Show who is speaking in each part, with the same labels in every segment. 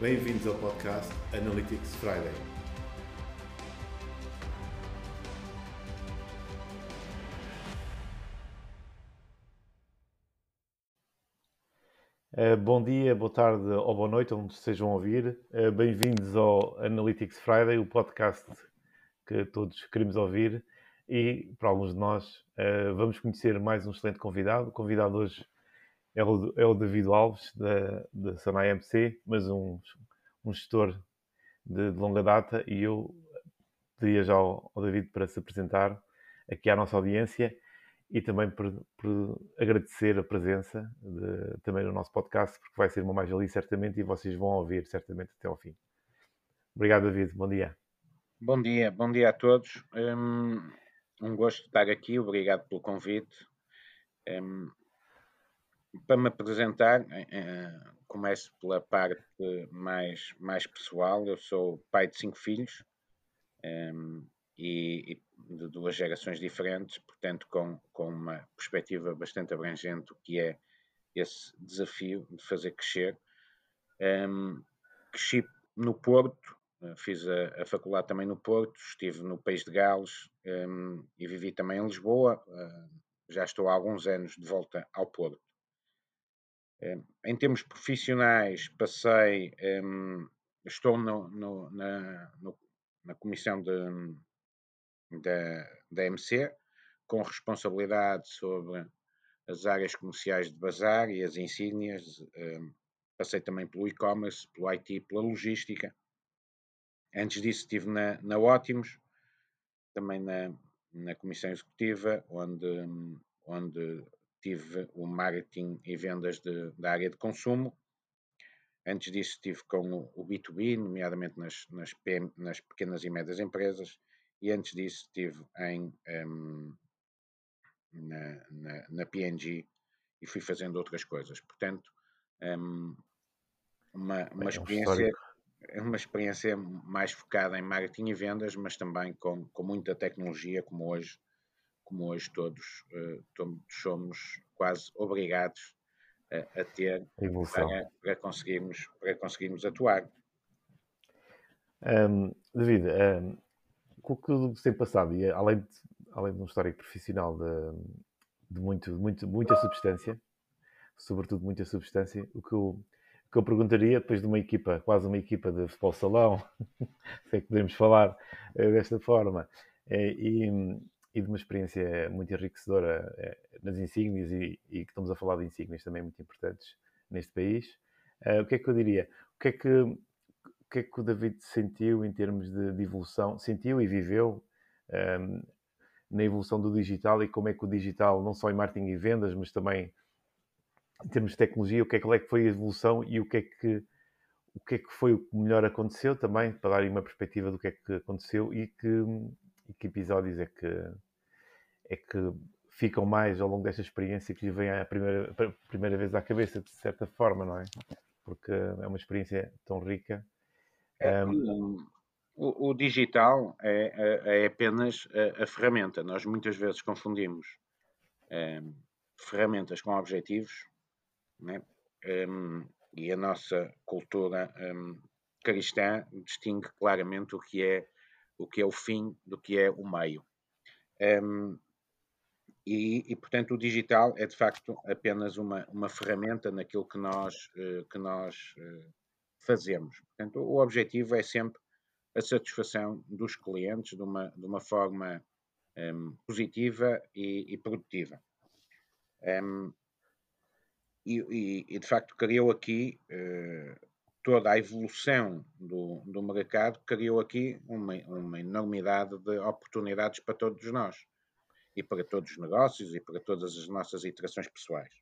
Speaker 1: Bem-vindos ao podcast Analytics Friday. Bom dia, boa tarde ou boa noite, onde estejam a ouvir. Bem-vindos ao Analytics Friday, o podcast que todos queremos ouvir. E, para alguns de nós, vamos conhecer mais um excelente convidado. O convidado hoje é o David Alves, da Sanai MC, mas um gestor de longa data. E eu pediria já ao David para se apresentar aqui à nossa audiência e também por agradecer a presença também no nosso podcast, porque vai ser uma mais-valia certamente e vocês vão ouvir certamente até ao fim. Obrigado, David. Bom dia.
Speaker 2: Bom dia a todos. Um gosto de estar aqui, obrigado pelo convite. Para me apresentar, começo pela parte mais pessoal. Eu sou pai de 5 filhos e de 2 gerações diferentes, portanto, com uma perspectiva bastante abrangente, o que é esse desafio de fazer crescer. Cresci no Porto, fiz a faculdade também no Porto, estive no País de Gales e vivi também em Lisboa. Já estou há alguns anos de volta ao Porto. Em termos profissionais, estou na comissão da MC, com responsabilidade sobre as áreas comerciais de bazar e as insígnias. Passei também pelo e-commerce, pelo IT, pela logística. Antes disso estive na Ótimos, também na comissão executiva, onde tive o marketing e vendas da área de consumo. Antes disso estive com o B2B, nomeadamente nas pequenas e médias empresas, e antes disso estive na P&G e fui fazendo outras coisas. Portanto, uma experiência mais focada em marketing e vendas, mas também com muita tecnologia, como hoje todos somos quase obrigados a ter para conseguirmos atuar.
Speaker 1: David, com o que se tem passado, e além de um histórico profissional de muita substância, sobretudo muita substância, o que eu perguntaria, depois de uma equipa, quase uma equipa de futebol salão, sei que podemos falar desta forma, e de uma experiência muito enriquecedora nas insígnias, e que estamos a falar de insígnias também muito importantes neste país, o que é que eu diria? O que é que o David sentiu em termos de evolução, sentiu e viveu na evolução do digital, e como é que o digital, não só em marketing e vendas, mas também em termos de tecnologia, qual é que foi a evolução e o que é que foi o que melhor aconteceu também, para darem uma perspectiva do que é que aconteceu e que episódios é que ficam mais ao longo desta experiência, que lhe vem a primeira vez à cabeça, de certa forma, não é? Porque é uma experiência tão rica.
Speaker 2: O digital é apenas a ferramenta. Nós muitas vezes confundimos ferramentas com objetivos, né? E a nossa cultura cristã distingue claramente o que é o fim do que é o meio. E portanto, o digital é de facto apenas uma ferramenta naquilo que nós fazemos. Portanto, o objetivo é sempre a satisfação dos clientes de uma forma positiva e produtiva. E de facto criou aqui toda a evolução do mercado, criou aqui uma enormidade de oportunidades para todos nós e para todos os negócios e para todas as nossas iterações pessoais.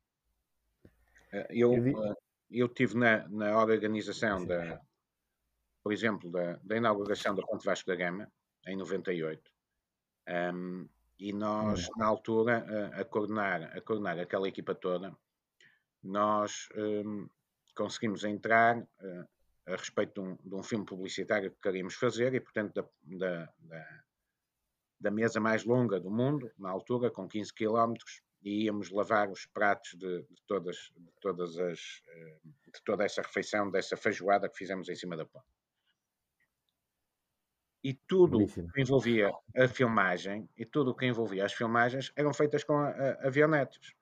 Speaker 2: Eu estive na organização por exemplo, da inauguração da Ponte Vasco da Gama, em 98, e nós, na altura, a coordenar aquela equipa toda, nós conseguimos entrar a respeito de um filme publicitário que queríamos fazer, e, portanto, da mesa mais longa do mundo, na altura, com 15 km, e íamos lavar os pratos de toda essa refeição, dessa feijoada que fizemos em cima da ponte. E tudo
Speaker 1: Belíssimo.
Speaker 2: que envolvia a filmagem e tudo o que envolvia as filmagens eram feitas com avionetes.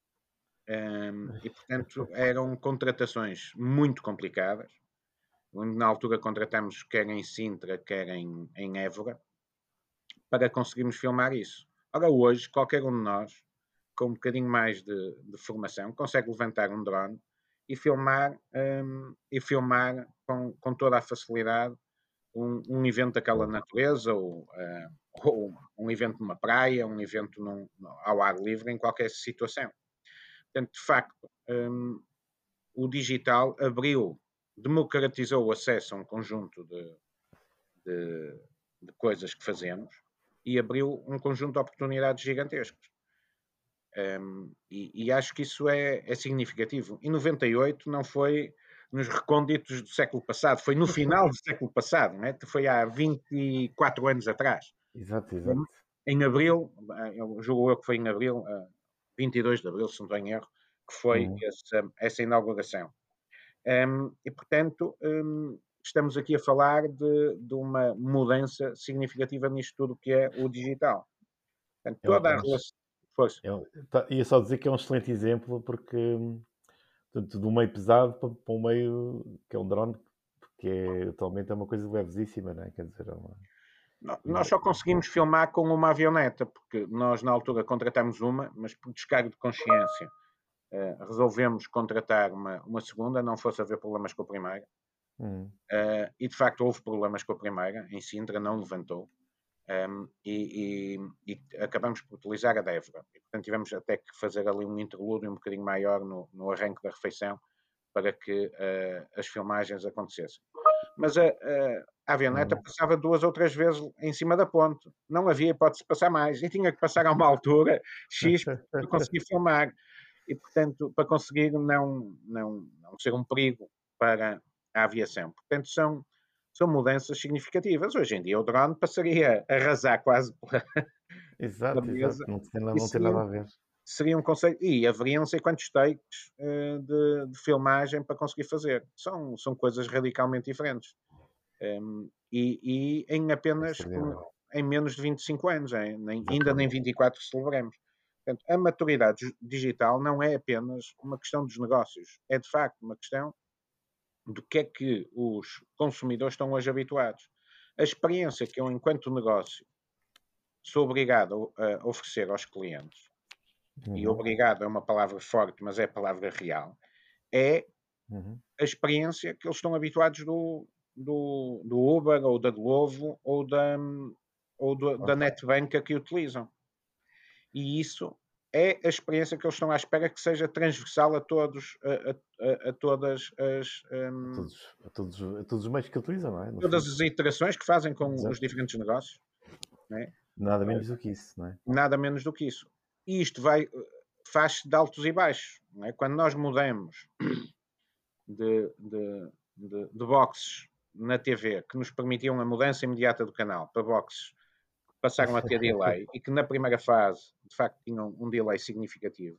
Speaker 2: E, portanto, eram contratações muito complicadas. Na altura contratamos quer em Sintra, quer em Évora, para conseguirmos filmar isso. Ora, hoje, qualquer um de nós, com um bocadinho mais de formação, consegue levantar um drone e filmar com toda a facilidade um evento daquela natureza, ou um evento numa praia, um evento ao ar livre, em qualquer situação. Portanto, de facto, o digital democratizou o acesso a um conjunto de coisas que fazemos e abriu um conjunto de oportunidades gigantescos. E acho que isso é significativo. Em 98 não foi nos recônditos do século passado, foi no final do século passado, não é? Foi há 24 anos atrás.
Speaker 1: Exato.
Speaker 2: Em abril, julgo eu que foi em abril, 22 de abril, se não estou em erro, que foi essa inauguração. E, portanto, estamos aqui a falar de uma mudança significativa nisto tudo que é o digital. Portanto, toda a relação...
Speaker 1: Ia só dizer que é um excelente exemplo, porque portanto, do meio pesado para um meio que é um drone, que atualmente é uma coisa levezíssima, não é? Quer dizer,
Speaker 2: nós só conseguimos filmar com uma avioneta, porque nós na altura contratámos uma, mas por descargo de consciência resolvemos contratar uma segunda, não fosse haver problemas com a primeira. E de facto houve problemas com a primeira, em Sintra não levantou. E acabamos por utilizar a Évora. E, portanto, tivemos até que fazer ali um interlúdio um bocadinho maior no arranque da refeição para que as filmagens acontecessem. Mas a avioneta passava 2 ou 3 vezes em cima da ponte. Não havia hipótese de passar mais. E tinha que passar a uma altura X para conseguir filmar. E, portanto, para conseguir não ser um perigo para a aviação. Portanto, são mudanças significativas. Hoje em dia o drone passaria a arrasar quase pela mesa.
Speaker 1: Não tem nada a ver.
Speaker 2: Seria um conceito, e haveria não sei quantos takes de filmagem para conseguir fazer. São coisas radicalmente diferentes. E em apenas, em menos de 25 anos, ainda nem 24 celebramos. Portanto, a maturidade digital não é apenas uma questão dos negócios, é de facto uma questão do que é que os consumidores estão hoje habituados. A experiência que eu, enquanto negócio, sou obrigado a oferecer aos clientes, e obrigado é uma palavra forte, mas é a palavra real, é a experiência que eles estão habituados do Uber, ou da Glovo, ou da NetBank que utilizam. E isso é a experiência que eles estão à espera que seja transversal a todas as...
Speaker 1: A todos os meios que utilizam, não é?
Speaker 2: Todas as iterações que fazem com os diferentes negócios. Não é?
Speaker 1: Nada menos do que isso, não é?
Speaker 2: Nada menos do que isso. E isto faz-se de altos e baixos. Não é? Quando nós mudamos de boxes na TV, que nos permitiam a mudança imediata do canal, para boxes que passaram a ter delay, e que na primeira fase, de facto, tinham um delay significativo.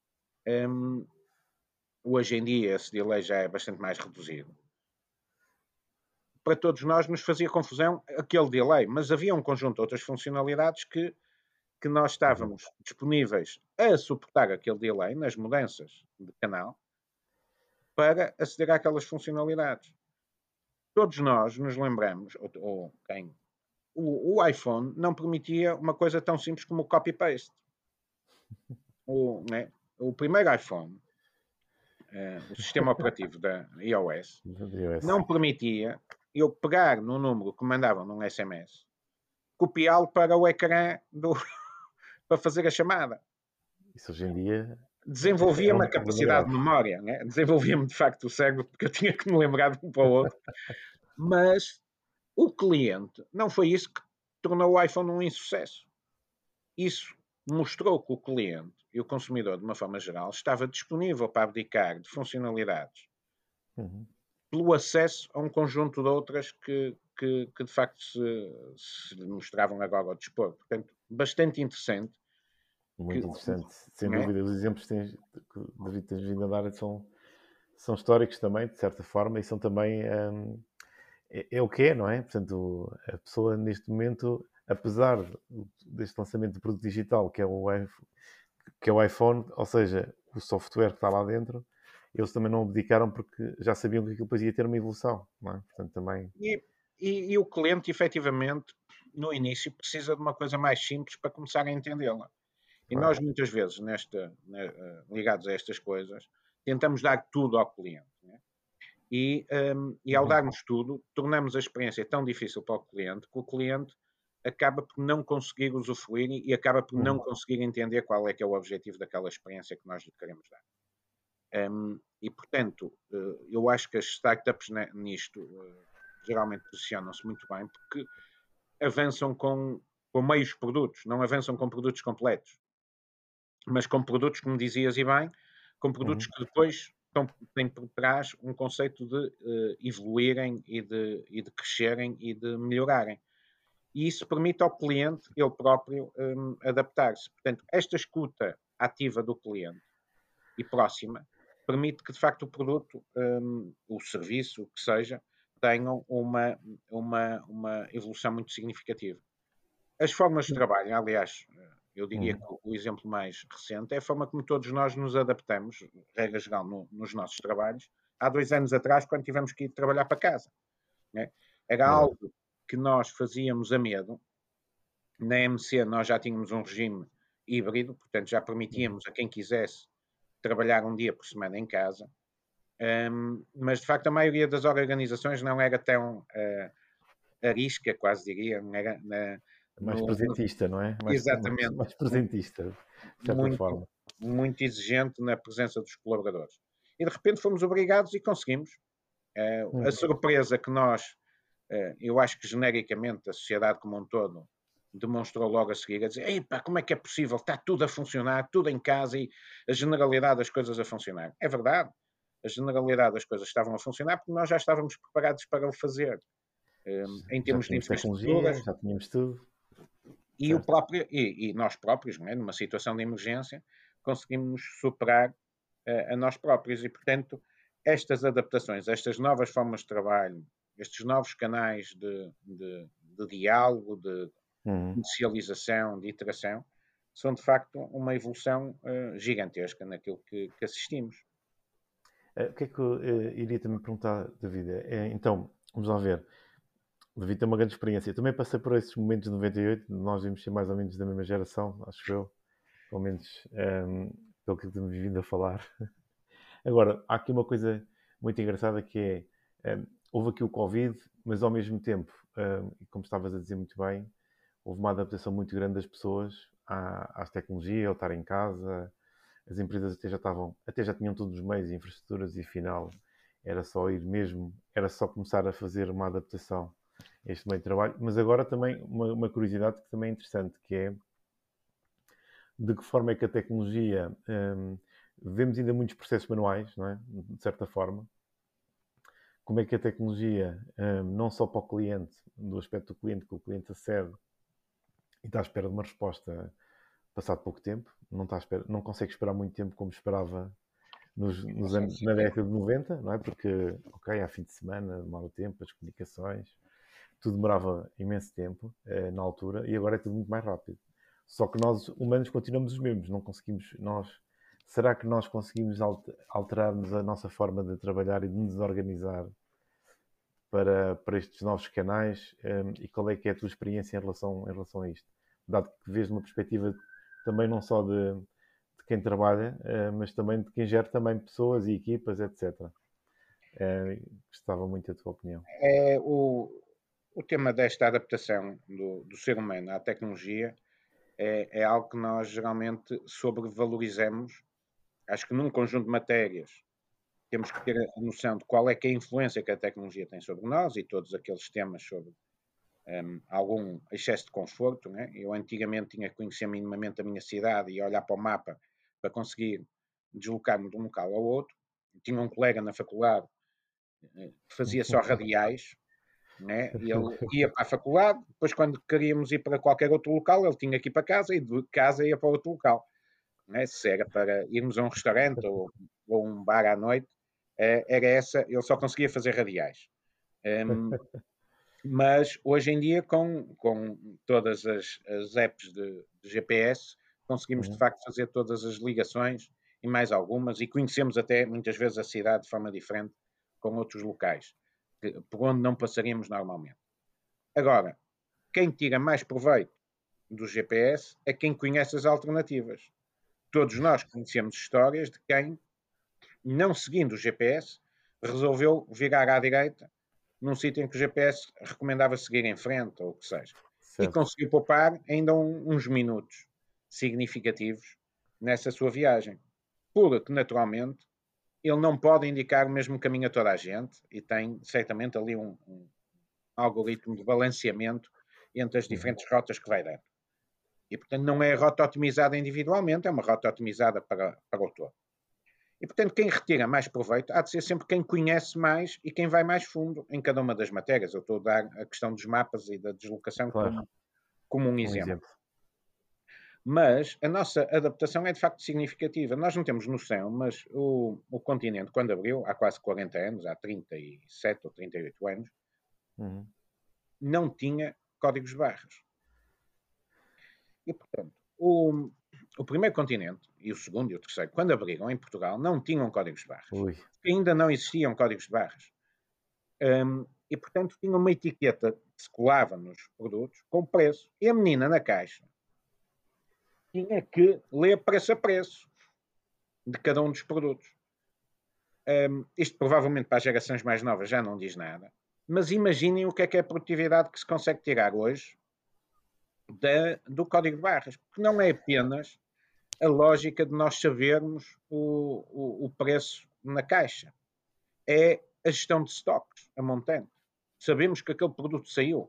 Speaker 2: Hoje em dia esse delay já é bastante mais reduzido. Para todos nós nos fazia confusão aquele delay, mas havia um conjunto de outras funcionalidades que nós estávamos disponíveis a suportar aquele delay nas mudanças de canal para aceder àquelas funcionalidades. Todos nós nos lembramos, ou quem... O iPhone não permitia uma coisa tão simples como o copy-paste. O primeiro iPhone, o sistema operativo da iOS, não permitia eu pegar no número que mandavam num SMS, copiá-lo para o ecrã para fazer a chamada.
Speaker 1: Isso hoje em dia...
Speaker 2: Desenvolvia-me a capacidade de memória, né? Desenvolvia-me de facto o cérebro, porque eu tinha que me lembrar de um para o outro. Mas o cliente, não foi isso que tornou o iPhone um insucesso. Isso mostrou que o cliente e o consumidor, de uma forma geral, estava disponível para abdicar de funcionalidades pelo acesso a um conjunto de outras que de facto se mostravam agora ao dispor. Portanto, bastante interessante.
Speaker 1: Muito interessante, sem
Speaker 2: não é?
Speaker 1: dúvida. Os exemplos que David tens vindo a dar são históricos também, de certa forma, e são também é o que é, não é? Portanto, a pessoa neste momento, apesar deste lançamento de produto digital, que é o iPhone, ou seja, o software que está lá dentro, eles também não abdicaram porque já sabiam que aquilo depois ia ter uma evolução, não é? Portanto, também.
Speaker 2: E o cliente, efetivamente, no início, precisa de uma coisa mais simples para começar a entendê-la. E
Speaker 1: Claro.
Speaker 2: nós, muitas vezes, ligados a estas coisas, tentamos dar tudo ao cliente. Né? E ao darmos tudo, tornamos a experiência tão difícil para o cliente que o cliente acaba por não conseguir usufruir e acaba por não conseguir entender qual é que é o objetivo daquela experiência que nós lhe queremos dar. E, portanto, eu acho que as startups nisto geralmente posicionam-se muito bem porque avançam com meios produtos, não avançam com produtos completos, mas com produtos, como dizias e bem, com produtos que depois têm por trás um conceito de evoluírem e de crescerem e de melhorarem. E isso permite ao cliente, ele próprio, adaptar-se. Portanto, esta escuta ativa do cliente e próxima permite que, de facto, o produto, o serviço, o que seja, tenham uma evolução muito significativa. As formas de trabalho, aliás, eu diria que o exemplo mais recente é a forma como todos nós nos adaptamos, regra geral, nos nossos trabalhos, há 2 anos atrás, quando tivemos que ir trabalhar para casa. Né? Era algo que nós fazíamos a medo. Na MC nós já tínhamos um regime híbrido, portanto já permitíamos a quem quisesse trabalhar um dia por semana em casa, mas de facto a maioria das organizações não era tão arisca, quase diria, não era
Speaker 1: Mais presentista, não é?
Speaker 2: Exatamente,
Speaker 1: Mais presentista, de certa
Speaker 2: muito,
Speaker 1: forma.
Speaker 2: muito exigente na presença dos colaboradores. E de repente fomos obrigados e conseguimos. A surpresa que nós, eu acho que genericamente a sociedade como um todo demonstrou logo a seguir, a dizer, epá, como é que é possível? Está tudo a funcionar, tudo em casa e a generalidade das coisas a funcionar. É verdade, a generalidade das coisas estavam a funcionar porque nós já estávamos preparados para o fazer. Em
Speaker 1: Já
Speaker 2: termos de
Speaker 1: tínhamos
Speaker 2: infraestruturas,
Speaker 1: tecnologia, já tínhamos tudo.
Speaker 2: e, e nós próprios, não é? Numa situação de emergência, conseguimos superar a nós próprios. E, portanto, estas adaptações, estas novas formas de trabalho, estes novos canais de diálogo, de inicialização, de iteração, são de facto uma evolução gigantesca naquilo que assistimos.
Speaker 1: O que é que eu iria também perguntar, David? Então, vamos lá ver. O David tem uma grande experiência. Eu também passei por esses momentos de 98, nós vimos ser mais ou menos da mesma geração, acho eu, pelo menos pelo que temos vindo a falar. Agora, há aqui uma coisa muito engraçada que é, houve aqui o Covid, mas ao mesmo tempo, como estavas a dizer muito bem, houve uma adaptação muito grande das pessoas às tecnologias, ao estar em casa. As empresas até já tinham todos os meios e infraestruturas e afinal era só ir mesmo, era só começar a fazer uma adaptação a este meio de trabalho. Mas agora também uma curiosidade que também é interessante, que é de que forma é que a tecnologia, vemos ainda muitos processos manuais, não é? De certa forma, como é que a tecnologia, não só para o cliente, do aspecto do cliente, que o cliente acede e está à espera de uma resposta passado pouco tempo, não consegue esperar muito tempo como esperava nos anos, na década de 90, não é? Porque, ok, há fim de semana, demora o tempo, as comunicações, tudo demorava imenso tempo na altura e agora é tudo muito mais rápido. Só que nós, humanos, continuamos os mesmos, não conseguimos, será que nós conseguimos alterarmos a nossa forma de trabalhar e de nos organizar para estes novos canais? E qual é que é a tua experiência em relação a isto? Dado que vês de uma perspectiva também não só de quem trabalha, mas também de quem gera também pessoas e equipas, etc. Gostava muito da tua opinião.
Speaker 2: O tema desta adaptação do ser humano à tecnologia é algo que nós geralmente sobrevalorizamos. Acho que num conjunto de matérias temos que ter a noção de qual é que é a influência que a tecnologia tem sobre nós e todos aqueles temas sobre algum excesso de conforto. Né? Eu antigamente tinha que conhecer minimamente a minha cidade e olhar para o mapa para conseguir deslocar-me de um local ao outro. Tinha um colega na faculdade que fazia só radiais, né? E ele ia para a faculdade, depois quando queríamos ir para qualquer outro local, ele tinha que ir para casa e de casa ia para outro local. né? Se era para irmos a um restaurante ou um bar à noite, era essa, ele só conseguia fazer radiais. Mas hoje em dia, com todas as apps de GPS, conseguimos de
Speaker 1: Uhum.
Speaker 2: facto fazer todas as ligações e mais algumas, e conhecemos até muitas vezes a cidade de forma diferente com outros locais, por onde não passaríamos normalmente. Agora, quem tira mais proveito do GPS é quem conhece as alternativas. Todos nós conhecemos histórias de quem, não seguindo o GPS, resolveu virar à direita num sítio em que o GPS recomendava seguir em frente, ou o que seja. E
Speaker 1: Certo.
Speaker 2: conseguiu poupar ainda uns minutos significativos nessa sua viagem. Porque, naturalmente, ele não pode indicar o mesmo caminho a toda a gente e tem certamente ali um algoritmo de balanceamento entre as
Speaker 1: Uhum.
Speaker 2: diferentes rotas que vai dando. E, portanto, não é rota otimizada individualmente, é uma rota otimizada para o todo. E, portanto, quem retira mais proveito há de ser sempre quem conhece mais e quem vai mais fundo em cada uma das matérias. Eu estou a dar a questão dos mapas e da deslocação
Speaker 1: Claro.
Speaker 2: como um
Speaker 1: Um
Speaker 2: exemplo.
Speaker 1: exemplo.
Speaker 2: Mas a nossa adaptação é de facto significativa. Nós não temos noção, mas o continente, quando abriu, há quase 40 anos, há 37 ou 38 anos,
Speaker 1: Uhum.
Speaker 2: não tinha códigos de barras. E, portanto, o primeiro continente, e o segundo e o terceiro, quando abriram em Portugal, não tinham códigos de barras.
Speaker 1: Ui.
Speaker 2: Ainda não existiam códigos de barras. E, portanto, tinha uma etiqueta que se colava nos produtos com preço. E a menina na caixa tinha que ler preço a preço de cada um dos produtos. Isto provavelmente para as gerações mais novas já não diz nada, mas imaginem o que é a produtividade que se consegue tirar hoje do código de barras, porque não é apenas a lógica de nós sabermos o preço na caixa, é a gestão de estoques, a montante. Sabemos que aquele produto saiu.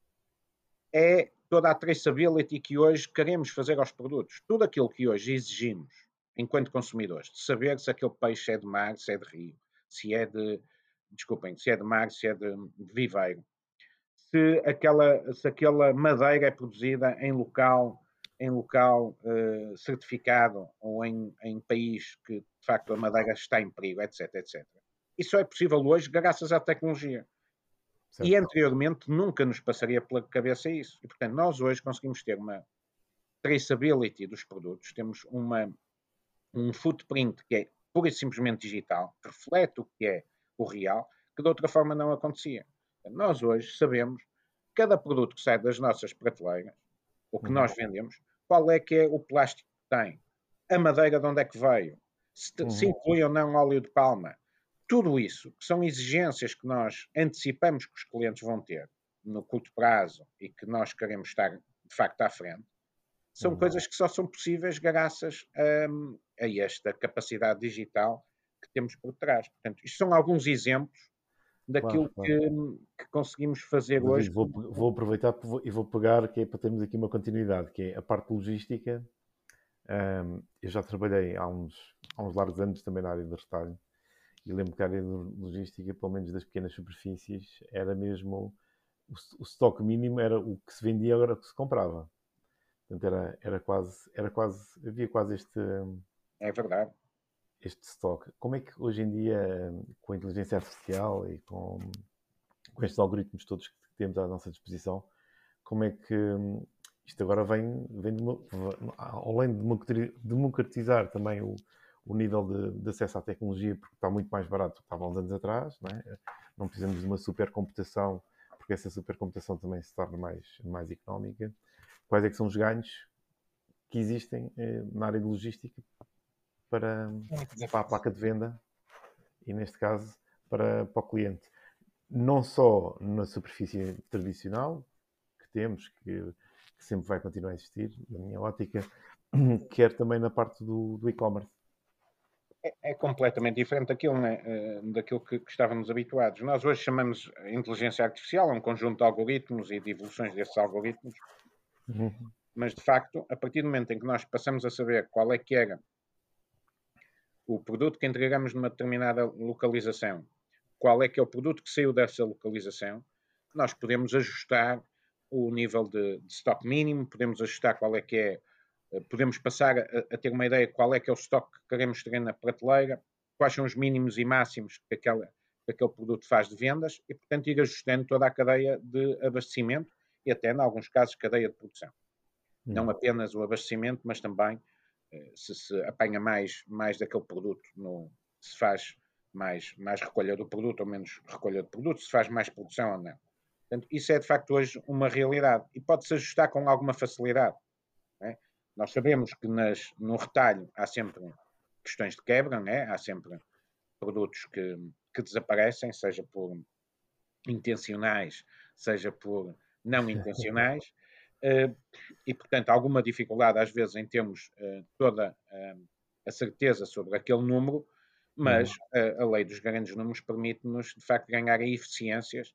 Speaker 2: É toda a traceability que hoje queremos fazer aos produtos. Tudo aquilo que hoje exigimos, enquanto consumidores, de saber se aquele peixe é de mar, se é de rio, se é de, desculpem, se é de mar, se é de viveiro, se aquela madeira é produzida em local certificado ou em país que, de facto, a madeira está em perigo, etc, etc. Isso só é possível hoje graças à tecnologia. E
Speaker 1: Certo.
Speaker 2: anteriormente nunca nos passaria pela cabeça isso. E, portanto, nós hoje conseguimos ter uma traceability dos produtos, temos um footprint que é pura e simplesmente digital, que reflete o que é o real, que de outra forma não acontecia. Nós hoje sabemos cada produto que sai das nossas prateleiras, o que
Speaker 1: Uhum.
Speaker 2: nós vendemos, qual é que é o plástico que tem, a madeira de onde é que veio, se inclui ou não óleo de palma. Tudo isso, que são exigências que nós antecipamos que os clientes vão ter no curto prazo e que nós queremos estar, de facto, à frente, são
Speaker 1: Uhum.
Speaker 2: coisas que só são possíveis graças a esta capacidade digital que temos por trás. Portanto, isto são alguns exemplos
Speaker 1: Claro,
Speaker 2: daquilo
Speaker 1: claro.
Speaker 2: que conseguimos fazer hoje.
Speaker 1: David, vou aproveitar e vou pegar, que é para termos aqui uma continuidade, que é a parte logística. Eu já trabalhei há uns largos anos também na área de retalho e lembro que a área de logística, pelo menos das pequenas superfícies, era mesmo o estoque mínimo era o que se vendia, agora o que se comprava. Portanto, havia quase
Speaker 2: É verdade.
Speaker 1: este estoque. Como é que hoje em dia, com a inteligência artificial e com estes algoritmos todos que temos à nossa disposição, como é que isto agora além de democratizar também o nível de acesso à tecnologia, porque está muito mais barato do que estava há uns anos atrás, não é? Não precisamos de uma supercomputação, porque essa supercomputação também se torna mais económica. Quais é que são os ganhos que existem na área de logística para a placa de venda e, neste caso, para o cliente? Não só na superfície tradicional, que temos, que sempre vai continuar a existir, na minha ótica, quer também na parte do e-commerce.
Speaker 2: É completamente diferente daquilo, né? Daquilo que estávamos habituados. Nós hoje chamamos a inteligência artificial, um conjunto de algoritmos e de evoluções desses algoritmos, mas de facto, a partir do momento em que nós passamos a saber qual é que era o produto que entregamos numa determinada localização, qual é que é o produto que saiu dessa localização, nós podemos ajustar o nível de stock mínimo, podemos ajustar qual é que é podemos passar a ter uma ideia de qual é que é o estoque que queremos ter na prateleira, quais são os mínimos e máximos que aquele produto faz de vendas e, portanto, ir ajustando toda a cadeia de abastecimento e até, em alguns casos, cadeia de produção. Não apenas o abastecimento, mas também se apanha mais daquele produto, se faz mais recolha do produto ou menos recolha do produto, se faz mais produção ou não. Portanto, isso é de facto hoje uma realidade e pode-se ajustar com alguma facilidade. Não é? Nós sabemos que no retalho há sempre questões de quebra, não é? Há sempre produtos que desaparecem, seja por intencionais, seja por não intencionais, e portanto alguma dificuldade às vezes em termos toda a certeza sobre aquele número, mas a lei dos grandes números permite-nos de facto ganhar aí eficiências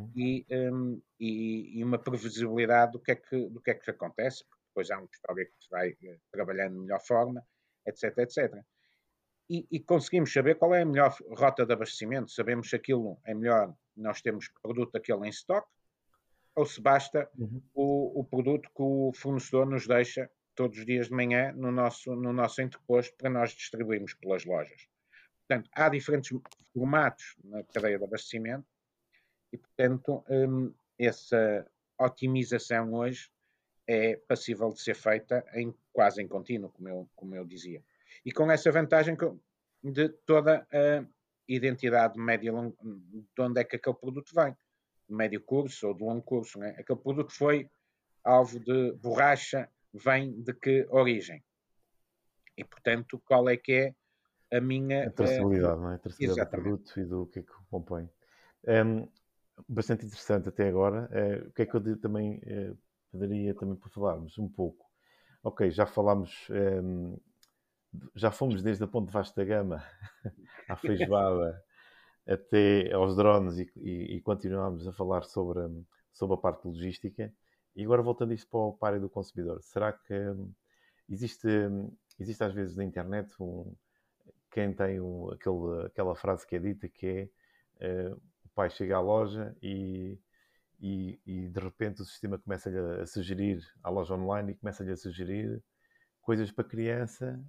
Speaker 2: e uma previsibilidade do que é que acontece, porque depois há um histórico que se vai trabalhando de melhor forma, etc, etc. E conseguimos saber qual é a melhor rota de abastecimento, sabemos se aquilo é melhor, nós temos produto daquele em stock, ou se basta o produto que o fornecedor nos deixa todos os dias de manhã no nosso entreposto para nós distribuirmos pelas lojas. Portanto, há diferentes formatos na cadeia de abastecimento e, portanto, essa otimização hoje é passível de ser feita quase em contínuo, como eu dizia. E com essa vantagem de toda a identidade média de onde é que aquele produto vem, de médio curso ou de longo curso. Né? Aquele produto foi alvo de borracha, vem de que origem? E, portanto, qual é que é a minha...
Speaker 1: A traçabilidade, não é? A traçabilidade do
Speaker 2: Exatamente.
Speaker 1: produto e do que é que o compõe. Bastante interessante até agora. O que é que eu também poderia também por falarmos um pouco? Ok, já falámos, já fomos desde a ponte vasta gama à feijoada até aos drones e continuamos a falar sobre a parte logística. E agora voltando isto para a área do consumidor, será que existe, existe às vezes na internet quem tem aquela frase que é dita que é o pai chega à loja e de repente o sistema começa-lhe a sugerir, à loja online, e começa-lhe a sugerir coisas para criança,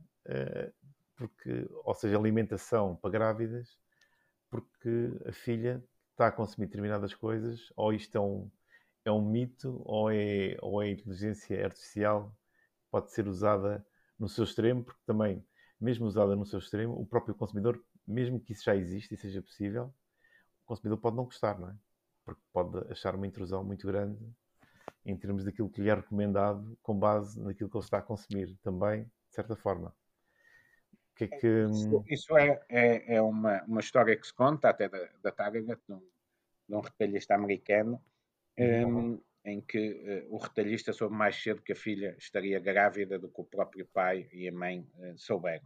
Speaker 1: ou seja, alimentação para grávidas, porque a filha está a consumir determinadas coisas, ou isto é um mito, ou é inteligência artificial, pode ser usada no seu extremo, porque também, mesmo usada no seu extremo, o próprio consumidor, mesmo que isso já exista e seja possível, o consumidor pode não gostar, não é? Porque pode achar uma intrusão muito grande em termos daquilo que lhe é recomendado com base naquilo que ele está a consumir também, de certa forma. O que é que...
Speaker 2: Isso é uma história que se conta até da Target, de um retalhista americano, em que o retalhista soube mais cedo que a filha estaria grávida do que o próprio pai e a mãe souberam.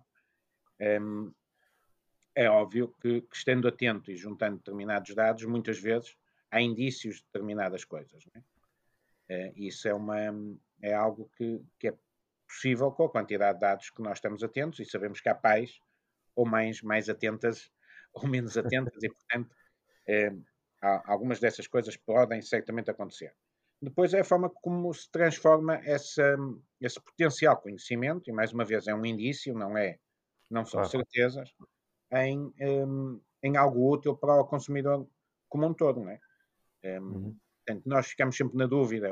Speaker 2: É óbvio que estando atento e juntando determinados dados, muitas vezes há indícios de determinadas coisas. Não é? Isso é algo que é possível com a quantidade de dados que nós estamos atentos e sabemos que há pais ou mães mais atentas ou menos atentas e, portanto, algumas dessas coisas podem certamente acontecer. Depois é a forma como se transforma esse potencial conhecimento, e mais uma vez é um indício, não são certezas, em algo útil para o consumidor como um todo, não é? Portanto, nós ficamos sempre na dúvida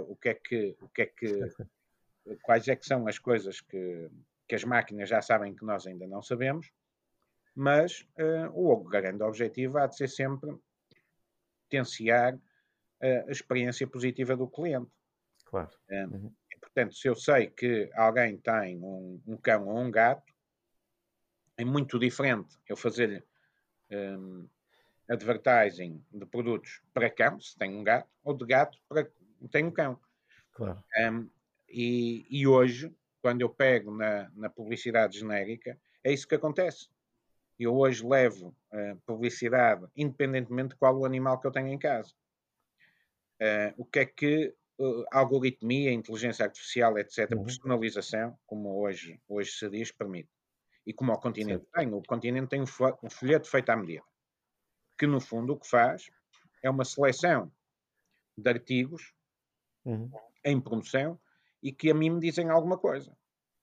Speaker 2: quais é que são as coisas que as máquinas já sabem que nós ainda não sabemos, mas o grande objetivo há de ser sempre potenciar a experiência positiva do cliente.
Speaker 1: Claro.
Speaker 2: Portanto, se eu sei que alguém tem um cão ou um gato, é muito diferente eu fazer-lhe advertising de produtos para cão, se tem um gato, ou de gato para tem um cão.
Speaker 1: Claro.
Speaker 2: E hoje, quando eu pego na publicidade genérica, é isso que acontece. Eu hoje levo publicidade independentemente de qual o animal que eu tenho em casa. O que é que a algoritmia, a inteligência artificial, etc., personalização, como hoje se diz, permite. E como o continente tem. O continente tem um folheto feito à medida. Que, no fundo, o que faz é uma seleção de artigos em promoção e que a mim me dizem alguma coisa.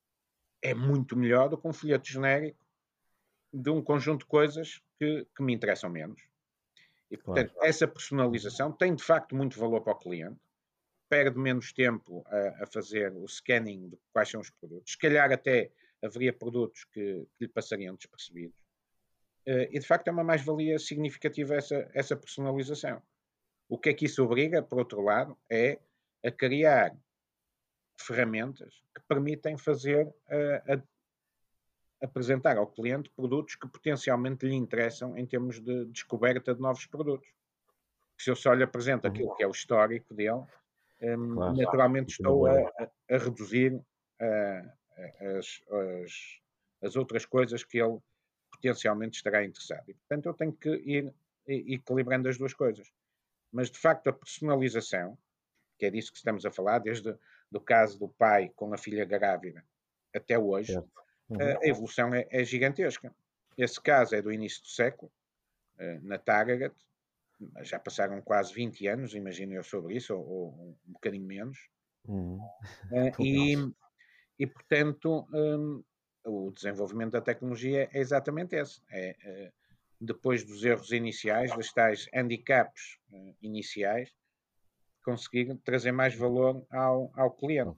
Speaker 2: é muito melhor do que um folheto genérico de um conjunto de coisas que me interessam menos. E, portanto, essa personalização tem, de facto, muito valor para o cliente. Perde menos tempo a fazer o scanning de quais são os produtos. Se calhar até haveria produtos que lhe passariam despercebidos. E, de facto, é uma mais-valia significativa essa personalização. O que é que isso obriga, por outro lado, é a criar ferramentas que permitem apresentar ao cliente produtos que potencialmente lhe interessam em termos de descoberta de novos produtos. Se eu só lhe apresento aquilo que é o histórico dele, naturalmente estou a reduzir as outras coisas que ele potencialmente estará interessado. E, portanto, eu tenho que ir equilibrando as duas coisas. Mas, de facto, a personalização, que é disso que estamos a falar, desde o caso do pai com a filha grávida até hoje, a evolução é gigantesca. Esse caso é do início do século, na Target, já passaram quase 20 anos, imagino eu, sobre isso, ou um bocadinho menos. E, portanto, o desenvolvimento da tecnologia é exatamente esse. Depois dos erros iniciais, das tais handicaps iniciais, conseguir trazer mais valor ao cliente.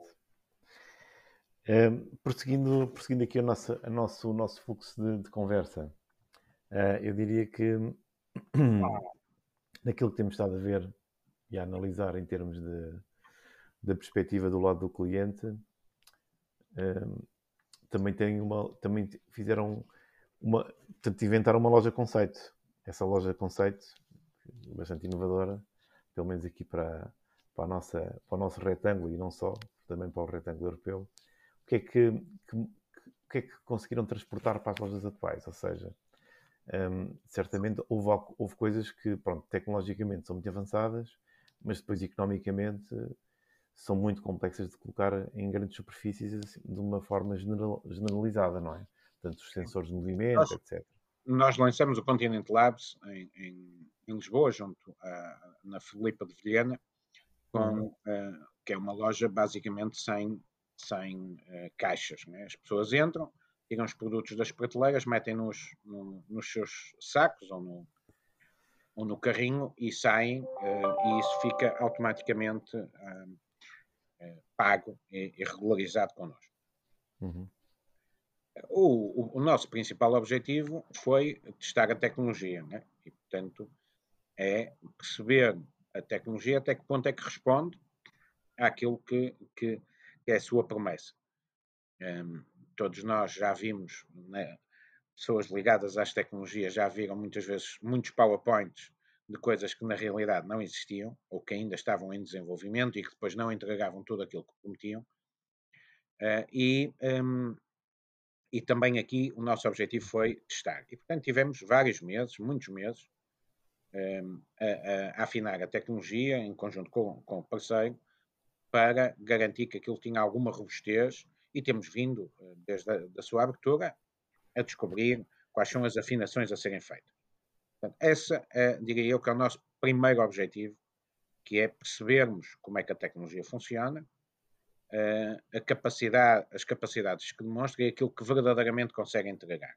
Speaker 1: Prosseguindo aqui o nosso fluxo de conversa, eu diria que naquilo que temos estado a ver e a analisar em termos da perspectiva do lado do cliente, também fizeram portanto, inventaram uma loja conceito. Essa loja conceito, bastante inovadora, pelo menos aqui para o nosso retângulo e não só, também para o retângulo europeu. O que é que conseguiram transportar para as lojas atuais? Ou seja, certamente houve coisas que, pronto, tecnologicamente são muito avançadas, mas depois economicamente são muito complexas de colocar em grandes superfícies assim, de uma forma generalizada, não é? Portanto, os sensores de movimento, etc.
Speaker 2: Nós lançamos o Continent Labs em Lisboa, junto na Filipa de Vilhena, que é uma loja basicamente sem caixas. Né? As pessoas entram, tiram os produtos das prateleiras, metem nos seus sacos ou no carrinho e saem, e isso fica automaticamente pago e regularizado connosco. O nosso principal objetivo foi testar a tecnologia, né? E, portanto, é perceber a tecnologia até que ponto é que responde àquilo que é a sua promessa. Todos nós já vimos, né, pessoas ligadas às tecnologias já viram muitas vezes muitos PowerPoints de coisas que na realidade não existiam ou que ainda estavam em desenvolvimento e que depois não entregavam tudo aquilo que prometiam. E também aqui o nosso objetivo foi testar. E, portanto, tivemos vários meses, muitos meses, a afinar a tecnologia em conjunto com o parceiro para garantir que aquilo tinha alguma robustez e temos vindo, desde a sua abertura, a descobrir quais são as afinações a serem feitas. Portanto, essa diria eu que é o nosso primeiro objetivo, que é percebermos como é que a tecnologia funciona, as capacidades que demonstra e aquilo que verdadeiramente consegue entregar.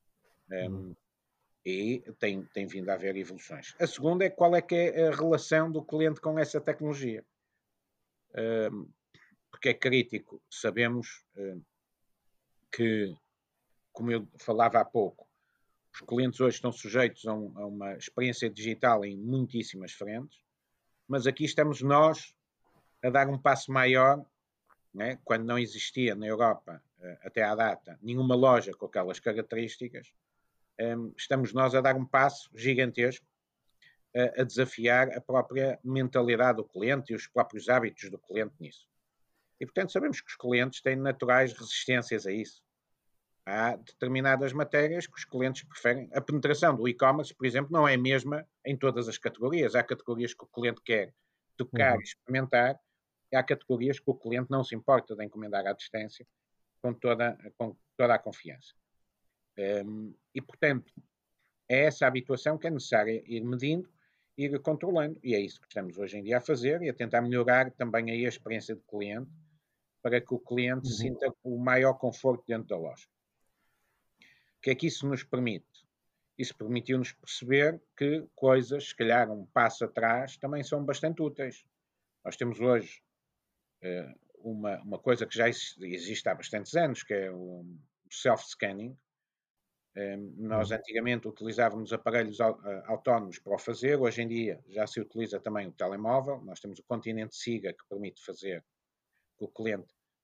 Speaker 2: E tem vindo a haver evoluções. A segunda é qual é que é a relação do cliente com essa tecnologia. Porque é crítico, sabemos que, como eu falava há pouco, os clientes hoje estão sujeitos a uma experiência digital em muitíssimas frentes, mas aqui estamos nós a dar um passo maior, né? Quando não existia na Europa, até à data, nenhuma loja com aquelas características, estamos nós a dar um passo gigantesco a desafiar a própria mentalidade do cliente e os próprios hábitos do cliente nisso. E, portanto, sabemos que os clientes têm naturais resistências a isso. Há determinadas matérias que os clientes preferem. A penetração do e-commerce, por exemplo, não é a mesma em todas as categorias. Há categorias que o cliente quer tocar e experimentar, e há categorias que o cliente não se importa de encomendar à distância com toda a confiança. E, portanto, é essa habituação que é necessária ir medindo, ir controlando, e é isso que estamos hoje em dia a fazer e a tentar melhorar também aí a experiência do cliente, para que o cliente sinta o maior conforto dentro da loja. O que é que isso nos permite? Isso permitiu-nos perceber que coisas, se calhar um passo atrás, também são bastante úteis. Nós temos hoje uma coisa que já existe há bastantes anos, que é o self-scanning. Nós antigamente utilizávamos aparelhos autónomos para o fazer, hoje em dia já se utiliza também o telemóvel. Nós temos o Continente SIGA, que permite fazer que o cliente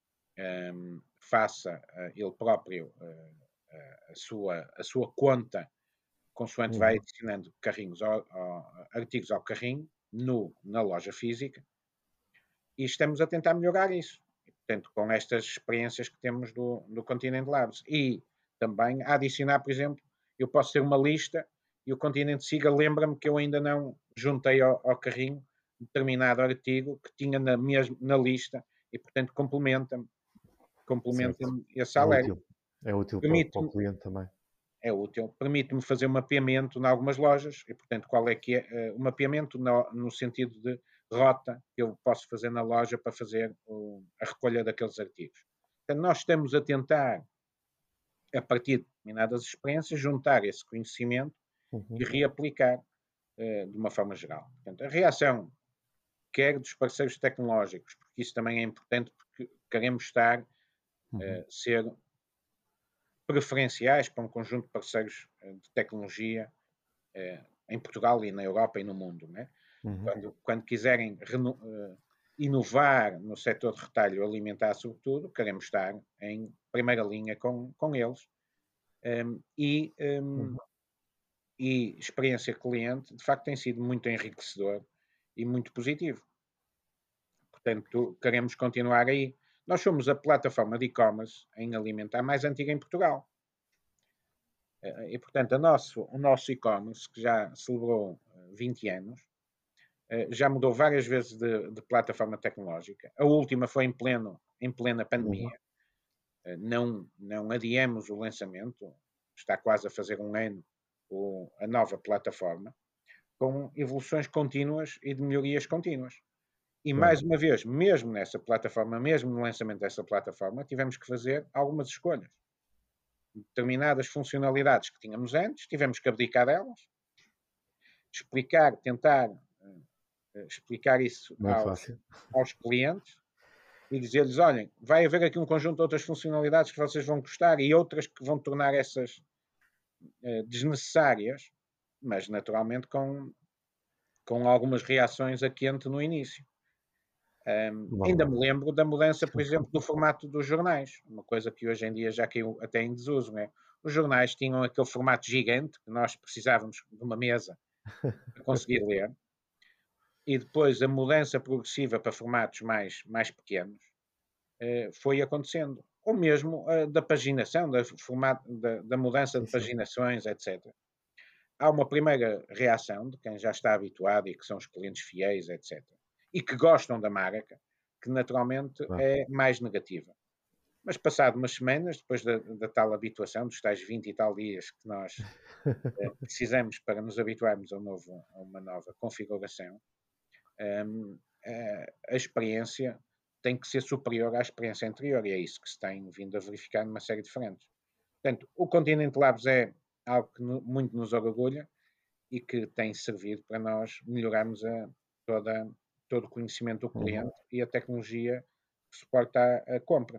Speaker 2: faça ele próprio a sua conta, consoante vai adicionando carrinhos artigos ao carrinho na loja física, e estamos a tentar melhorar isso. E, portanto, com estas experiências que temos do Continente Labs. E também a adicionar, por exemplo, eu posso ter uma lista e o Continente Siga lembra-me que eu ainda não juntei ao carrinho determinado artigo que tinha na lista e, portanto, complementa-me esse alerta.
Speaker 1: É útil para o cliente também.
Speaker 2: É útil. Permite-me fazer um mapeamento em algumas lojas e, portanto, qual é que é o mapeamento no sentido de rota que eu posso fazer na loja para fazer a recolha daqueles artigos. Portanto, nós estamos a tentar, a partir de determinadas experiências, juntar esse conhecimento e reaplicar de uma forma geral. Portanto, a reação, quer dos parceiros tecnológicos, porque isso também é importante, porque queremos ser preferenciais para um conjunto de parceiros de tecnologia em Portugal e na Europa e no mundo. Né? Quando quiserem inovar no setor de retalho alimentar, sobretudo, queremos estar em primeira linha com eles. E experiência cliente, de facto, tem sido muito enriquecedor e muito positivo. Portanto, queremos continuar aí. Nós somos a plataforma de e-commerce em alimentar mais antiga em Portugal. E, portanto, o nosso e-commerce, que já celebrou 20 anos, já mudou várias vezes de plataforma tecnológica. A última foi em plena pandemia. Não adiamos o lançamento, está quase a fazer um ano a nova plataforma, com evoluções contínuas e de melhorias contínuas. E mais uma vez, mesmo nessa plataforma, mesmo no lançamento dessa plataforma, tivemos que fazer algumas escolhas. Determinadas funcionalidades que tínhamos antes, tivemos que abdicar delas, tentar explicar isso aos clientes e dizer-lhes, olhem, vai haver aqui um conjunto de outras funcionalidades que vocês vão gostar e outras que vão tornar essas desnecessárias, mas naturalmente com algumas reações a quente no início. Ainda me lembro da mudança, por exemplo, do formato dos jornais, uma coisa que hoje em dia já caiu até em desuso. Né? Os jornais tinham aquele formato gigante, que nós precisávamos de uma mesa para conseguir ler, e depois a mudança progressiva para formatos mais pequenos foi acontecendo. Ou mesmo da paginação, da mudança de paginações, etc. Há uma primeira reação de quem já está habituado e que são os clientes fiéis, etc. E que gostam da marca, que naturalmente é mais negativa. Mas passado umas semanas, depois da tal habituação, dos tais 20 e tal dias que nós precisamos para nos habituarmos a uma nova configuração, a experiência tem que ser superior à experiência anterior, e é isso que se tem vindo a verificar numa série de frentes. Portanto, o Continente Labs é algo que muito nos orgulha e que tem servido para nós melhorarmos todo o conhecimento do cliente e a tecnologia que suporta a compra.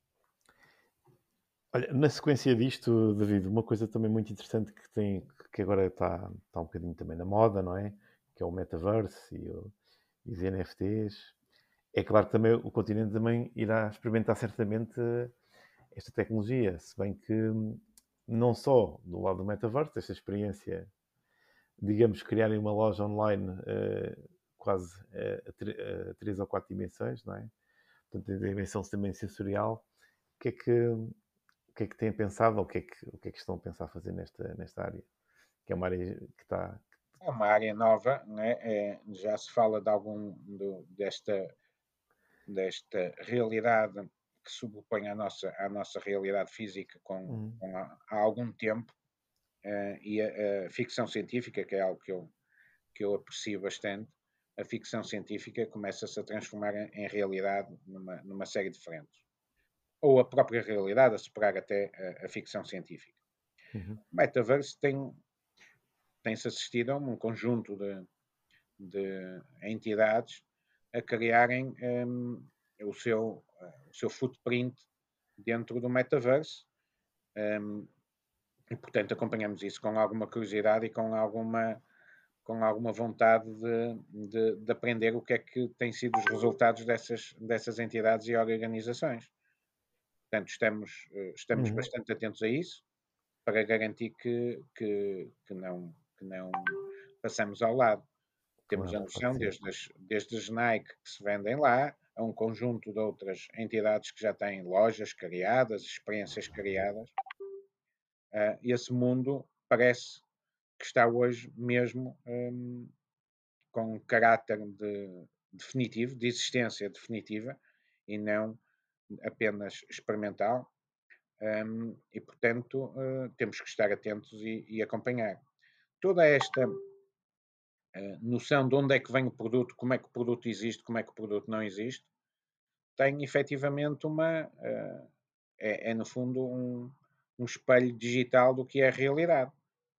Speaker 1: Olha, na sequência disto, David, uma coisa também muito interessante que agora está um bocadinho também na moda, não é? Que é o metaverse e os NFTs. É claro que também o Continente também irá experimentar certamente esta tecnologia, se bem que não só do lado do metaverse, esta experiência, digamos, criarem uma loja online quase a 3 ou 4 dimensões, não é? Portanto, a dimensão também sensorial. O que é que têm pensado, ou o que é que estão a pensar fazer nesta área? Que é uma área que está...
Speaker 2: É uma área nova, né? Já se fala de desta realidade que sobrepõe à nossa realidade física há algum tempo, e a ficção científica, que é algo que eu aprecio bastante, a ficção científica começa-se a transformar em realidade numa série de frentes. Ou a própria realidade a superar até a ficção científica.
Speaker 1: Uhum.
Speaker 2: O metaverse tem-se assistido a um conjunto de entidades a criarem o seu footprint dentro do metaverse, e portanto acompanhamos isso com alguma curiosidade e com alguma vontade de aprender o que é que têm sido os resultados dessas entidades e organizações. Portanto, estamos
Speaker 1: Uhum.
Speaker 2: bastante atentos a isso para garantir que não passamos ao lado. Temos a
Speaker 1: Claro, claro que
Speaker 2: noção,
Speaker 1: sim.
Speaker 2: desde as Nike que se vendem lá, a um conjunto de outras entidades que já têm lojas criadas, experiências criadas. Esse mundo parece que está hoje mesmo com caráter definitivo, de existência definitiva, e não apenas experimental, e portanto temos que estar atentos e acompanhar. Toda esta noção de onde é que vem o produto, como é que o produto existe, como é que o produto não existe, tem efetivamente no fundo um espelho digital do que é a realidade.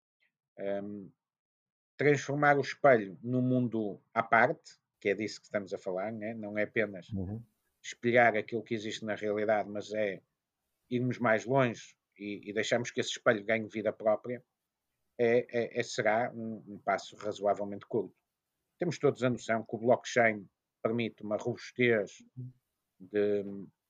Speaker 2: Transformar o espelho num mundo à parte, que é disso que estamos a falar, né? Não é apenas
Speaker 1: Uhum.
Speaker 2: espelhar aquilo que existe na realidade, mas é irmos mais longe e deixarmos que esse espelho ganhe vida própria, será um passo razoavelmente curto. Temos todos a noção que o blockchain permite uma robustez de,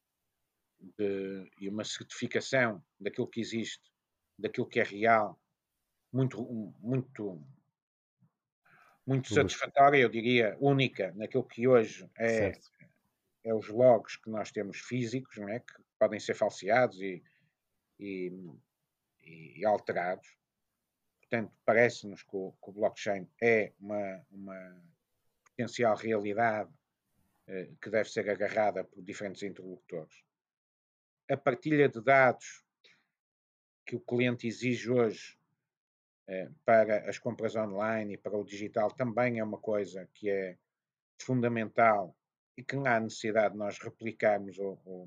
Speaker 2: e uma certificação daquilo que existe, daquilo que é real, muito, muito, muito
Speaker 1: Robusto.
Speaker 2: satisfatória, eu diria, única, naquilo que hoje
Speaker 1: Certo.
Speaker 2: é os logs que nós temos físicos, não é? Que podem ser falseados e, e alterados. Portanto, parece-nos que o blockchain é uma potencial realidade que deve ser agarrada por diferentes interlocutores. A partilha de dados que o cliente exige hoje para as compras online e para o digital também é uma coisa que é fundamental e que não há necessidade de nós replicarmos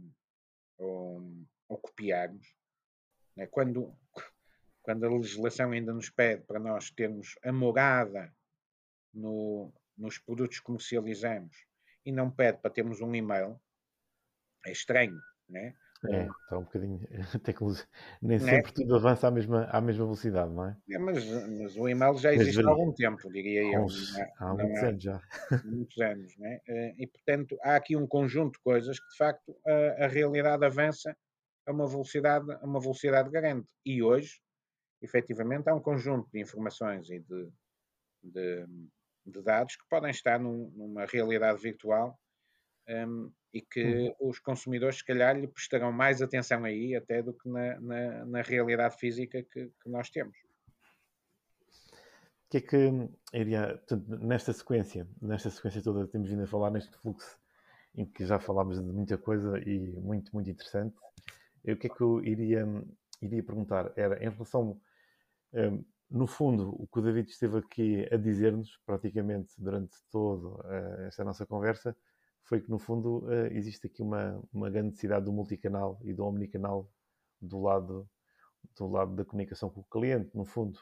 Speaker 2: ou copiarmos. Né? Quando a legislação ainda nos pede para nós termos a morada nos produtos que comercializamos e não pede para termos um e-mail, é estranho, né?
Speaker 1: É, está um bocadinho. Nem
Speaker 2: Né?
Speaker 1: sempre tudo avança à mesma velocidade, não é?
Speaker 2: Mas o e-mail já
Speaker 1: Mas
Speaker 2: existe há
Speaker 1: deveria.
Speaker 2: algum tempo, diria
Speaker 1: Há,
Speaker 2: eu.
Speaker 1: uns, há
Speaker 2: Não
Speaker 1: muitos
Speaker 2: há
Speaker 1: anos já.
Speaker 2: muitos anos, né? E portanto há aqui um conjunto de coisas que de facto a realidade avança a uma velocidade grande. E hoje, efetivamente, há um conjunto de informações e de, de dados que podem estar numa realidade virtual, e
Speaker 1: Uhum.
Speaker 2: que os consumidores, se calhar, lhe prestarão mais atenção aí até do que na realidade física que nós temos.
Speaker 1: O que é que iria. Portanto, nesta sequência toda, temos vindo a falar neste fluxo em que já falámos de muita coisa e muito, muito interessante. O que é que eu iria perguntar era, em relação, no fundo, o que o David esteve aqui a dizer-nos, praticamente durante toda esta nossa conversa, foi que, no fundo, existe aqui uma grande necessidade do multicanal e do omnicanal do lado da comunicação com o cliente, no fundo.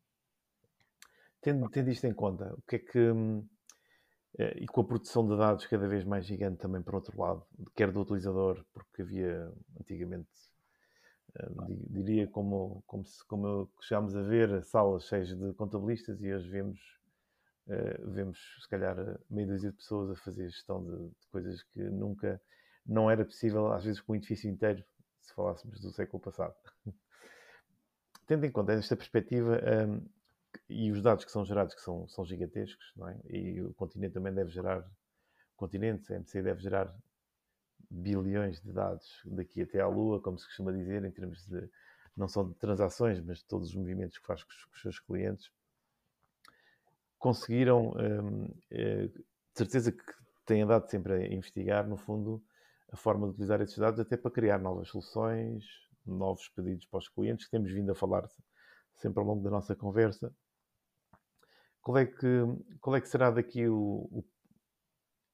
Speaker 1: Tendo isto em conta, o que é que. E com a produção de dados cada vez mais gigante também, por outro lado, quer do utilizador, porque havia antigamente, diria como chegámos a ver salas cheias de contabilistas e hoje vemos se calhar meia dúzia de pessoas a fazer gestão de coisas que nunca, não era possível, às vezes com o edifício inteiro, se falássemos do século passado. Tendo em conta esta perspectiva, e os dados que são gerados, que são gigantescos, não é? E o continente também deve gerar, a MCI deve gerar bilhões de dados daqui até à Lua, como se costuma dizer, em termos de, não só de transações, mas de todos os movimentos que faz com os seus clientes. Conseguiram, de certeza que têm andado sempre a investigar, no fundo, a forma de utilizar esses dados até para criar novas soluções, novos pedidos para os clientes, que temos vindo a falar sempre ao longo da nossa conversa. Qual é que será daqui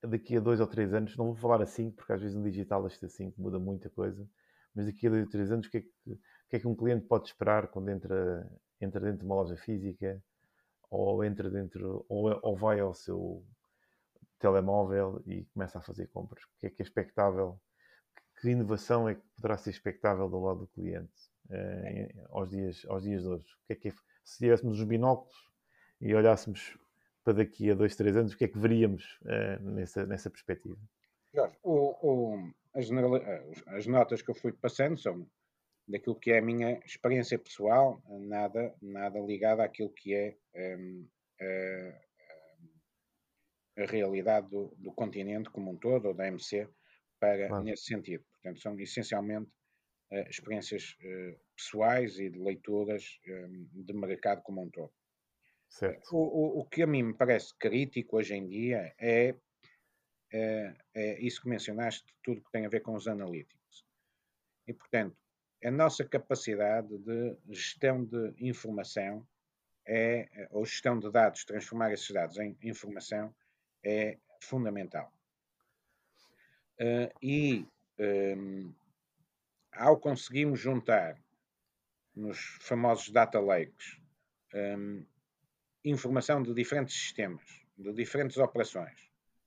Speaker 1: daqui a 2 ou 3 anos, não vou falar assim, porque às vezes no digital isto assim muda muita coisa, mas daqui a 2 ou 3 anos, o que é que um cliente pode esperar quando entra dentro de uma loja física, ou entra dentro, ou vai ao seu telemóvel e começa a fazer compras? O que é expectável? Que inovação é que poderá ser expectável do lado do cliente aos dias de hoje? Se tivéssemos os binóculos e olhássemos para daqui a 2, 3 anos, o que é que veríamos nessa perspectiva?
Speaker 2: Jorge, as notas que eu fui passando são daquilo que é a minha experiência pessoal, nada ligado àquilo que é a realidade do continente como um todo, ou da MC,
Speaker 1: Claro,
Speaker 2: nesse sentido. Portanto, são essencialmente experiências pessoais e de leituras de mercado como um todo.
Speaker 1: certo.
Speaker 2: O que a mim me parece crítico hoje em dia é isso que mencionaste, tudo que tem a ver com os analíticos. E, portanto, a nossa capacidade de gestão de informação ou gestão de dados, transformar esses dados em informação, é fundamental. Ao conseguirmos juntar nos famosos data lakes informação de diferentes sistemas, de diferentes operações,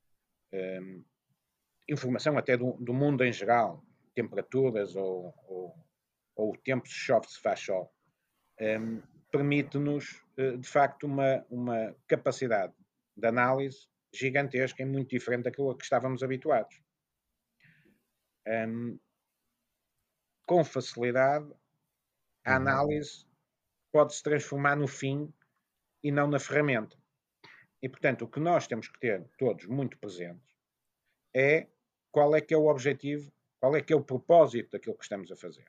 Speaker 2: informação até do mundo em geral, temperaturas ou o tempo se chove, se faz sol, permite-nos, de facto, uma capacidade de análise gigantesca e muito diferente daquilo a que estávamos habituados. Com facilidade, a análise pode se transformar no fim e não na ferramenta. E, portanto, o que nós temos que ter todos muito presentes é qual é que é o objetivo, qual é que é o propósito daquilo que estamos a fazer.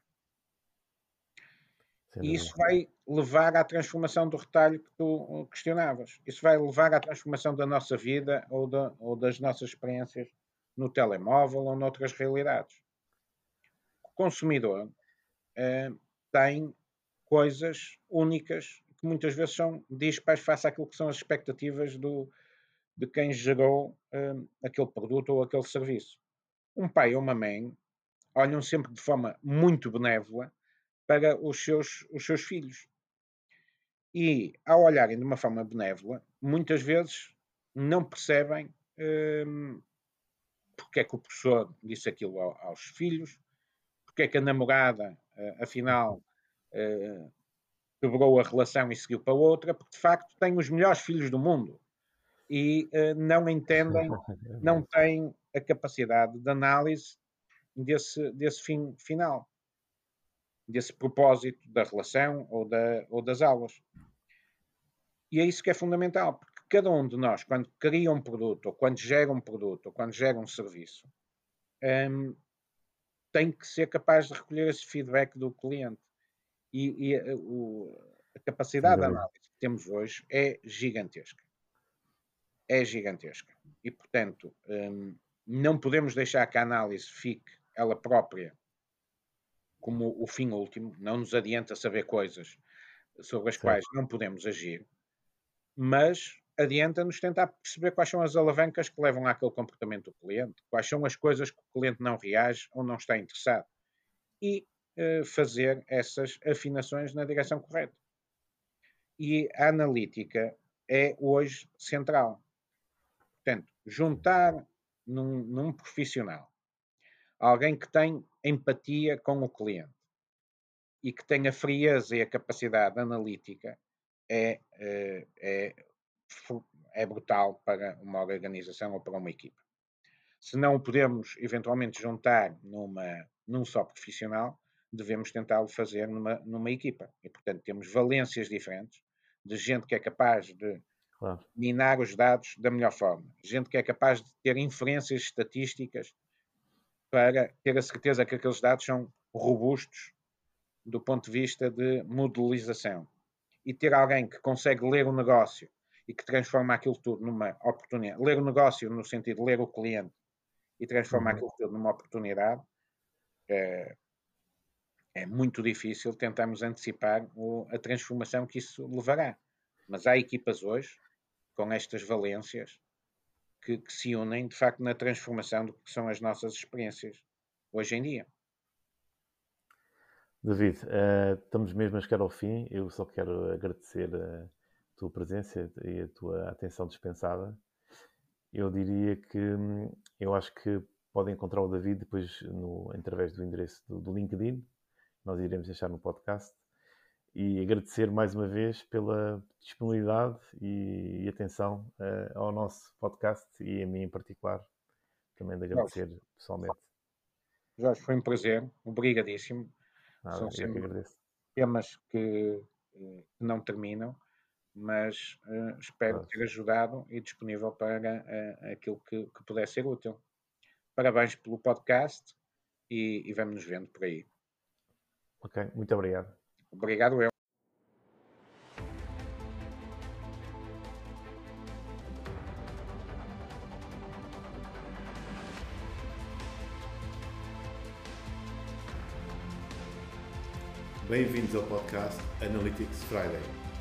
Speaker 2: E isso vai levar à transformação do retalho que tu questionavas. Isso vai levar à transformação da nossa vida ou das nossas experiências no telemóvel ou noutras realidades. O consumidor tem coisas únicas que muitas vezes são dispares face àquilo que são as expectativas de quem gerou aquele produto ou aquele serviço. Um pai ou uma mãe olham sempre de forma muito benévola para os seus filhos. E, ao olharem de uma forma benévola, muitas vezes não percebem porque é que o professor disse aquilo aos filhos, porque é que a namorada, afinal, quebrou a relação e seguiu para outra, porque de facto tem os melhores filhos do mundo e não entendem, não têm a capacidade de análise desse fim final, desse propósito da relação ou das aulas. E é isso que é fundamental, porque cada um de nós, quando cria um produto, ou quando gera um produto, ou quando gera um serviço, tem que ser capaz de recolher esse feedback do cliente. E a capacidade de análise que temos hoje é gigantesca. É gigantesca. E, portanto, não podemos deixar que a análise fique ela própria como o fim último. Não nos adianta saber coisas sobre as quais não podemos agir, mas adianta-nos tentar perceber quais são as alavancas que levam àquele comportamento do cliente, quais são as coisas que o cliente não reage ou não está interessado e fazer essas afinações na direção correta. E a analítica é hoje central. Portanto, juntar num profissional alguém que tem empatia com o cliente e que tem a frieza e a capacidade analítica é brutal para uma organização ou para uma equipa. Se não o podemos eventualmente juntar num só profissional, devemos tentá-lo fazer numa equipa. E, portanto, temos valências diferentes de gente que é capaz de minar os dados da melhor forma, gente que é capaz de ter inferências estatísticas para ter a certeza que aqueles dados são robustos do ponto de vista de modelização. E ter alguém que consegue ler o negócio e que transforma aquilo tudo numa oportunidade. Ler o negócio no sentido de ler o cliente e transformar aquilo tudo numa oportunidade, é muito difícil tentarmos antecipar a transformação que isso levará. Mas há equipas hoje, com estas valências, que se unem, de facto, na transformação do que são as nossas experiências hoje em dia.
Speaker 1: David, estamos mesmo a chegar ao fim. Eu só quero agradecer a tua presença e a tua atenção dispensada. Eu diria que eu acho que podem encontrar o David depois através do endereço do LinkedIn. Nós iremos deixar no podcast. E agradecer mais uma vez pela disponibilidade e atenção ao nosso podcast e a mim em particular. Também de agradecer pessoalmente.
Speaker 2: Jorge, foi um prazer. Obrigadíssimo.
Speaker 1: Nada,
Speaker 2: São
Speaker 1: eu é que
Speaker 2: sempre
Speaker 1: agradeço.
Speaker 2: temas que não terminam, mas espero
Speaker 1: Claro.
Speaker 2: ter ajudado e disponível para aquilo que puder ser útil. Parabéns pelo podcast e vamos nos vendo por aí.
Speaker 1: Ok, muito obrigado.
Speaker 2: Obrigado eu.
Speaker 1: Bem-vindos ao podcast Analytics Friday.